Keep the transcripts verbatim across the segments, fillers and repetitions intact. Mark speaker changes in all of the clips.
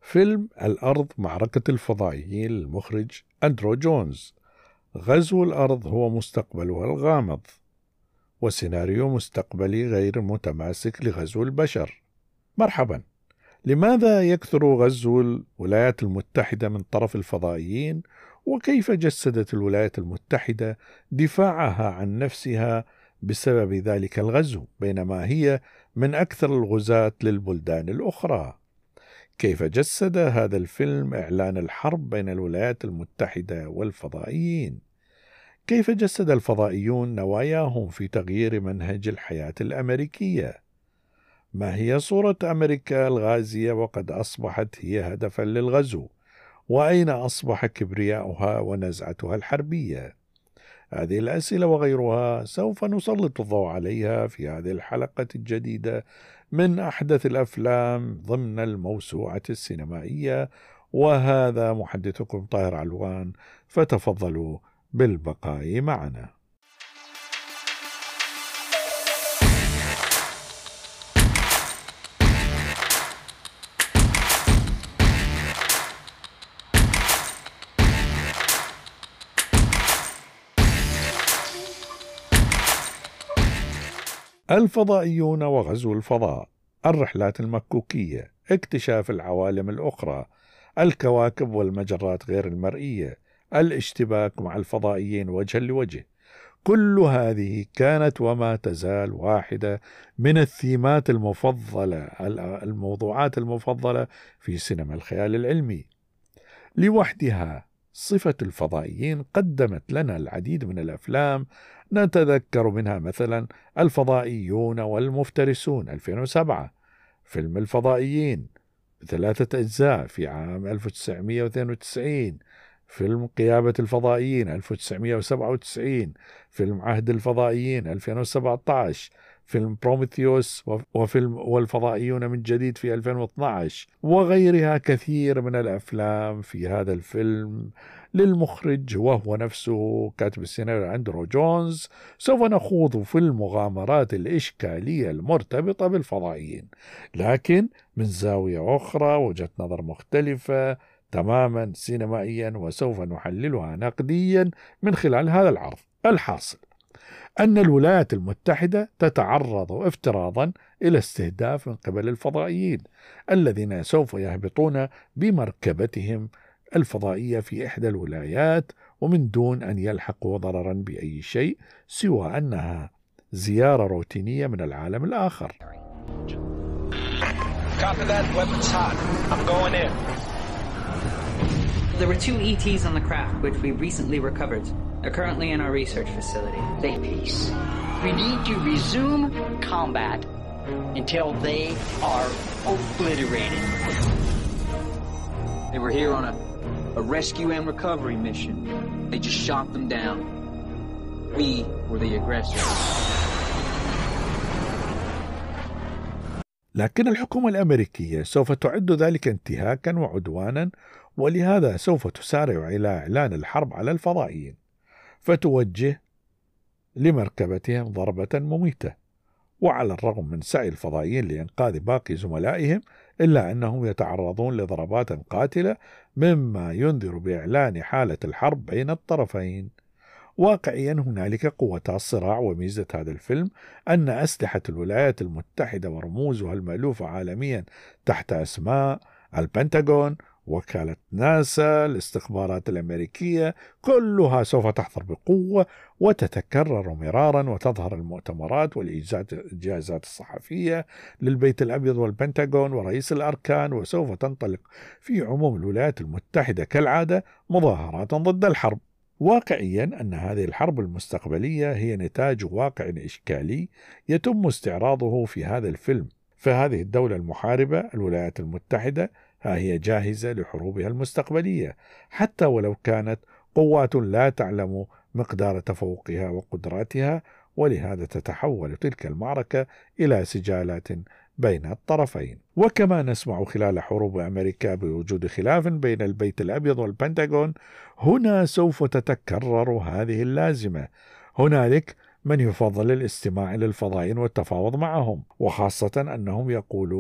Speaker 1: فيلم الأرض معركة الفضائيين للمخرج أندرو جونز. غزو الأرض هو مستقبلها الغامض، وسيناريو مستقبلي غير متماسك لغزو البشر. مرحبا. لماذا يكثر غزو الولايات المتحدة من طرف الفضائيين؟ وكيف جسدت الولايات المتحدة دفاعها عن نفسها بسبب ذلك الغزو، بينما هي من أكثر الغزاة للبلدان الأخرى؟ كيف جسد هذا الفيلم إعلان الحرب بين الولايات المتحدة والفضائيين؟ كيف جسد الفضائيون نواياهم في تغيير منهج الحياة الأمريكية؟ ما هي صورة أمريكا الغازية وقد أصبحت هي هدفا للغزو؟ وأين أصبح كبرياؤها ونزعتها الحربية؟ هذه الأسئلة وغيرها سوف نسلط الضوء عليها في هذه الحلقة الجديدة من أحدث الأفلام ضمن الموسوعة السينمائية، وهذا محدثكم طاهر علوان، فتفضلوا بالبقاء معنا. الفضائيون وغزو الفضاء، الرحلات المكوكية، اكتشاف العوالم الأخرى، الكواكب والمجرات غير المرئية، الاشتباك مع الفضائيين وجها لوجه، كل هذه كانت وما تزال واحدة من الثيمات المفضلة، الموضوعات المفضلة في سينما الخيال العلمي. لوحدها صفة الفضائيين قدمت لنا العديد من الأفلام، نتذكر منها مثلا الفضائيون والمفترسون ألفين وسبعة، فيلم الفضائيين بثلاثة أجزاء في عام ألف وتسعمائة واثنين وتسعين، فيلم قيابة الفضائيين ألف وتسعمائة وسبعة وتسعين، فيلم عهد الفضائيين ألفين وسبعة عشر، فيلم بروميثيوس، وفيلم والفضائيون من جديد في ألفين واثني عشر، وغيرها كثير من الأفلام في هذا الفيلم للمخرج وهو نفسه كاتب السيناريو أندرو جونز. سوف نخوض في المغامرات الإشكالية المرتبطة بالفضائيين، لكن من زاوية أخرى، وجهة نظر مختلفة تماما سينمائيا، وسوف نحللها نقديا من خلال هذا العرض. الحاصل أن الولايات المتحدة تتعرض افتراضا إلى استهداف من قبل الفضائيين الذين سوف يهبطون بمركبتهم الفضائية في إحدى الولايات، ومن دون أن يلحقوا ضررا بأي شيء سوى أنها زيارة روتينية من العالم الآخر.
Speaker 2: Copy that. Weapons hot. I'm going in.
Speaker 3: There were two E Ts on the craft, which we recently recovered. They're currently in our research facility.
Speaker 4: They peace. We need to resume combat until they are obliterated. They were here on a, a rescue and recovery mission. They just shot them down. We were the aggressors.
Speaker 1: لكن الحكومة الأمريكية سوف تعد ذلك انتهاكا وعدوانا، ولهذا سوف تسارع إلى إعلان الحرب على الفضائيين، فتوجه لمركبتهم ضربة مميتة. وعلى الرغم من سعي الفضائيين لإنقاذ باقي زملائهم، إلا أنهم يتعرضون لضربات قاتلة، مما ينذر بإعلان حالة الحرب بين الطرفين. واقعيا هنالك قوتا الصراع، وميزة هذا الفيلم أن أسلحة الولايات المتحدة ورموزها المألوفة عالميا تحت أسماء البنتاغون، وكالة ناسا، الاستخبارات الأمريكية، كلها سوف تحضر بقوة وتتكرر مرارا، وتظهر المؤتمرات والإجازات الصحفية للبيت الأبيض والبنتاغون ورئيس الأركان، وسوف تنطلق في عموم الولايات المتحدة كالعادة مظاهرات ضد الحرب. واقعيا أن هذه الحرب المستقبلية هي نتاج واقع إشكالي يتم استعراضه في هذا الفيلم. فهذه الدولة المحاربة الولايات المتحدة ها هي جاهزة لحروبها المستقبلية، حتى ولو كانت قوات لا تعلم مقدار تفوقها وقدراتها، ولهذا تتحول تلك المعركة إلى سجالات بين الطرفين. وكما نسمع خلال حروب أمريكا بوجود خلاف بين البيت الأبيض والبنتاغون، هنا سوف تتكرر هذه اللازمة. هنالك من يفضل الاستماع للفضائيين والتفاوض معهم، وخاصة أنهم يقولون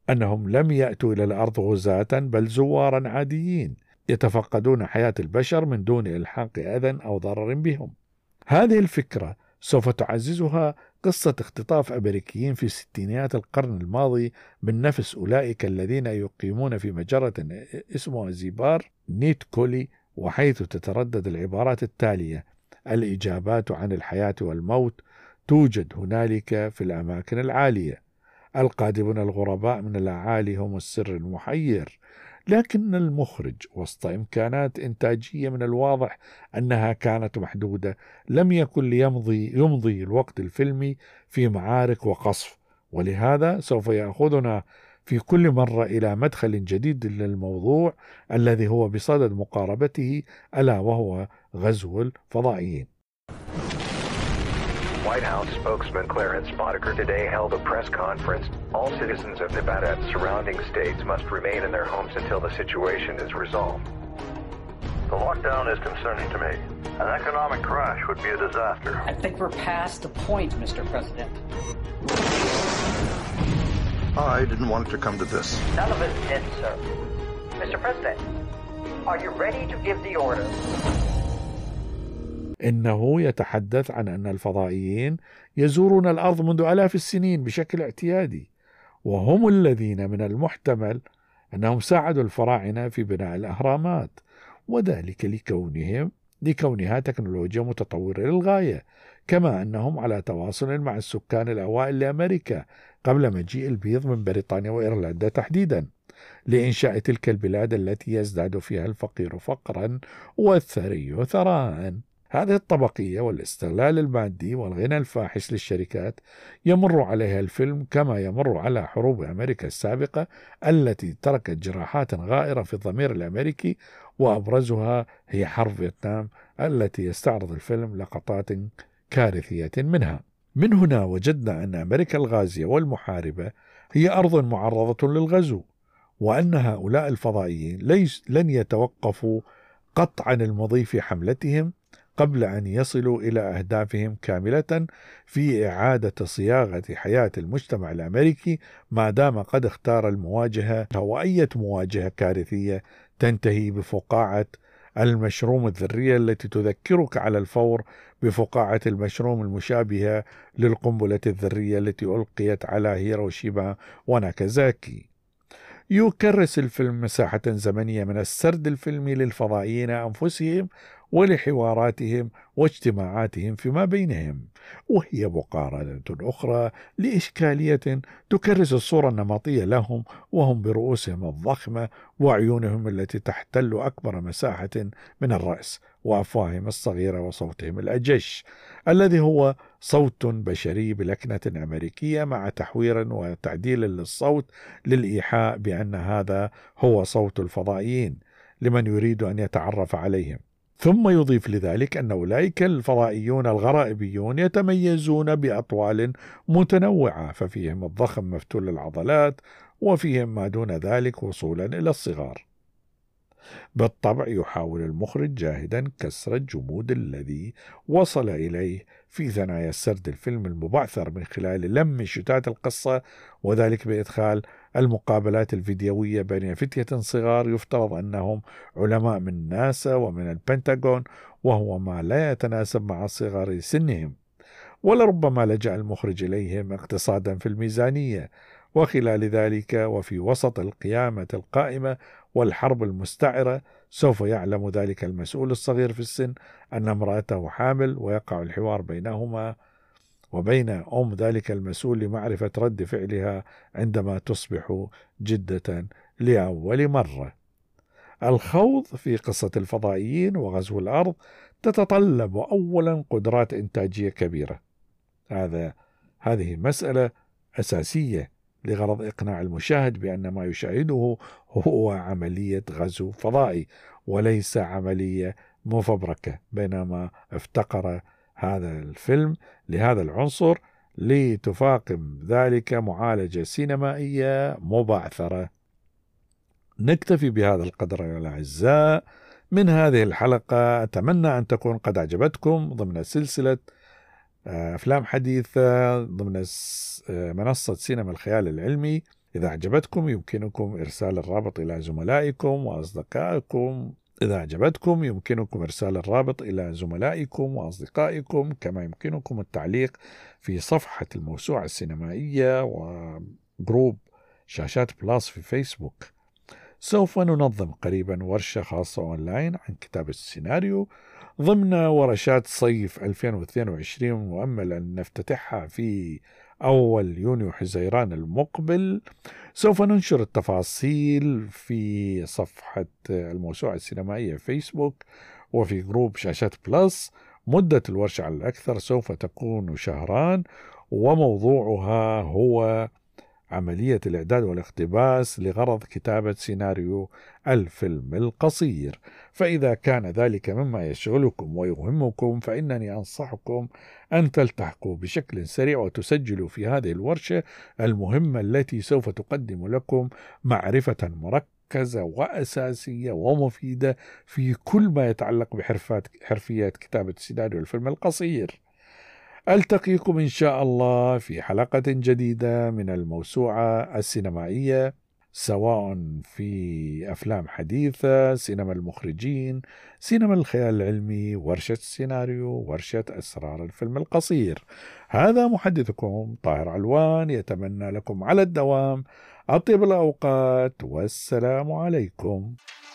Speaker 1: أنهم لم يأتوا إلى الأرض غزاة بل زوارا عاديين يتفقدون حياة البشر من دون إلحاق أذى أو ضرر بهم. هذه الفكرة سوف تعززها قصة اختطاف أمريكيين في ستينيات القرن الماضي من نفس أولئك الذين يقيمون في مجرة اسمها زيبار نيت كولي، وحيث تتردد العبارات التالية: الإجابات عن الحياة والموت توجد هنالك في الأماكن العالية، القادمون الغرباء من الأعالي هم السر المحير. لكن المخرج وسط إمكانات إنتاجية من الواضح أنها كانت محدودة لم يكن ليمضي يمضي الوقت الفيلمي في معارك وقصف، ولهذا سوف يأخذنا في كل مرة إلى مدخل جديد للموضوع الذي هو بصدد مقاربته، ألا وهو غزو الفضائيين.
Speaker 5: White House spokesman Clarence Boddicker today held a press conference. All citizens of Nevada and surrounding states must remain in their homes until the situation is resolved.
Speaker 6: The lockdown is concerning to me. An economic crash would be a disaster.
Speaker 3: I think we're past the point, Mister President.
Speaker 6: I didn't want it to come to this.
Speaker 7: None of us did, sir. Mister President, are you ready to give the order?
Speaker 1: إنه يتحدث عن أن الفضائيين يزورون الأرض منذ آلاف السنين بشكل اعتيادي، وهم الذين من المحتمل أنهم ساعدوا الفراعنة في بناء الأهرامات، وذلك لكونهم لكونها تكنولوجيا متطورة للغاية، كما أنهم على تواصل مع السكان الأوائل لأمريكا قبل مجيء البيض من بريطانيا وإيرلندا تحديدا، لإنشاء تلك البلاد التي يزداد فيها الفقير فقرا والثري ثراء. هذه الطبقية والاستغلال المادي والغنى الفاحش للشركات يمر عليها الفيلم كما يمر على حروب أمريكا السابقة التي تركت جراحات غائرة في الضمير الأمريكي، وأبرزها هي حرب فيتنام التي يستعرض الفيلم لقطات كارثية منها. من هنا وجدنا أن أمريكا الغازية والمحاربة هي أرض معرضة للغزو، وأن هؤلاء الفضائيين ليس لن يتوقفوا قط عن المضي في حملتهم قبل أن يصلوا إلى أهدافهم كاملة في إعادة صياغة حياة المجتمع الأمريكي ما دام قد اختار المواجهة، وأية مواجهة كارثية تنتهي بفقاعة المشروم الذرية التي تذكرك على الفور بفقاعة المشروم المشابهة للقنبلة الذرية التي ألقيت على هيروشيما وناكازاكي. يكرس الفيلم مساحة زمنية من السرد الفيلمي للفضائيين أنفسهم ولحواراتهم واجتماعاتهم فيما بينهم، وهي مقارنة أخرى لإشكالية تكرس الصورة النمطية لهم وهم برؤوسهم الضخمة وعيونهم التي تحتل أكبر مساحة من الرأس وأفواههم الصغيرة وصوتهم الأجش الذي هو صوت بشري بلكنة أمريكية مع تحوير وتعديل للصوت للإيحاء بأن هذا هو صوت الفضائيين لمن يريد أن يتعرف عليهم. ثم يضيف لذلك أن أولئك الفضائيون الغرائبيون يتميزون بأطوال متنوعة، ففيهم الضخم مفتول العضلات وفيهم ما دون ذلك وصولا إلى الصغار. بالطبع يحاول المخرج جاهدا كسر الجمود الذي وصل إليه في ثنايا السرد الفيلم المبعثر من خلال لم شتات القصة، وذلك بإدخال المقابلات الفيديوية بين فتية صغار يفترض أنهم علماء من ناسا ومن البنتاغون، وهو ما لا يتناسب مع صغر سنهم، ولربما لجأ المخرج إليهم اقتصادا في الميزانية. وخلال ذلك وفي وسط القيامة القائمة والحرب المستعرة سوف يعلم ذلك المسؤول الصغير في السن أن امرأته حامل، ويقع الحوار بينهما وبين أم ذلك المسؤول لمعرفة رد فعلها عندما تصبح جدة لأول مرة. الخوض في قصة الفضائيين وغزو الأرض تتطلب أولا قدرات إنتاجية كبيرة، هذا هذه مسألة أساسية لغرض إقناع المشاهد بأن ما يشاهده هو عملية غزو فضائي وليس عملية مفبركة، بينما افتقر هذا الفيلم لهذا العنصر لتفاقم ذلك معالجة سينمائية مبعثرة. نكتفي بهذا القدر يا الأعزاء من هذه الحلقة، أتمنى أن تكون قد أعجبتكم ضمن سلسلة أفلام حديثة ضمن منصة سينما الخيال العلمي. إذا أعجبتكم يمكنكم إرسال الرابط إلى زملائكم وأصدقائكم إذا أعجبتكم يمكنكم إرسال الرابط إلى زملائكم وأصدقائكم، كما يمكنكم التعليق في صفحة الموسوعة السينمائية وجروب شاشات بلاس في فيسبوك. سوف ننظم قريبا ورشة خاصة أونلاين عن كتابة السيناريو ضمن ورشات صيف ألفين واثنين وعشرين، وأمل أن نفتتحها في أول يونيو حزيران المقبل. سوف ننشر التفاصيل في صفحة الموسوعة السينمائية فيسبوك وفي جروب شاشات بلس. مدة الورشة على الأكثر سوف تكون شهران، وموضوعها هو عملية الإعداد والاقتباس لغرض كتابة سيناريو الفيلم القصير. فإذا كان ذلك مما يشغلكم ويهمكم فإنني أنصحكم أن تلتحقوا بشكل سريع وتسجلوا في هذه الورشة المهمة التي سوف تقدم لكم معرفة مركزة وأساسية ومفيدة في كل ما يتعلق بحرفيات كتابة سيناريو الفيلم القصير. ألتقيكم إن شاء الله في حلقة جديدة من الموسوعة السينمائية، سواء في أفلام حديثة، سينما المخرجين، سينما الخيال العلمي، ورشة السيناريو، ورشة أسرار الفيلم القصير. هذا محدثكم طاهر علوان، يتمنى لكم على الدوام أطيب الأوقات، والسلام عليكم.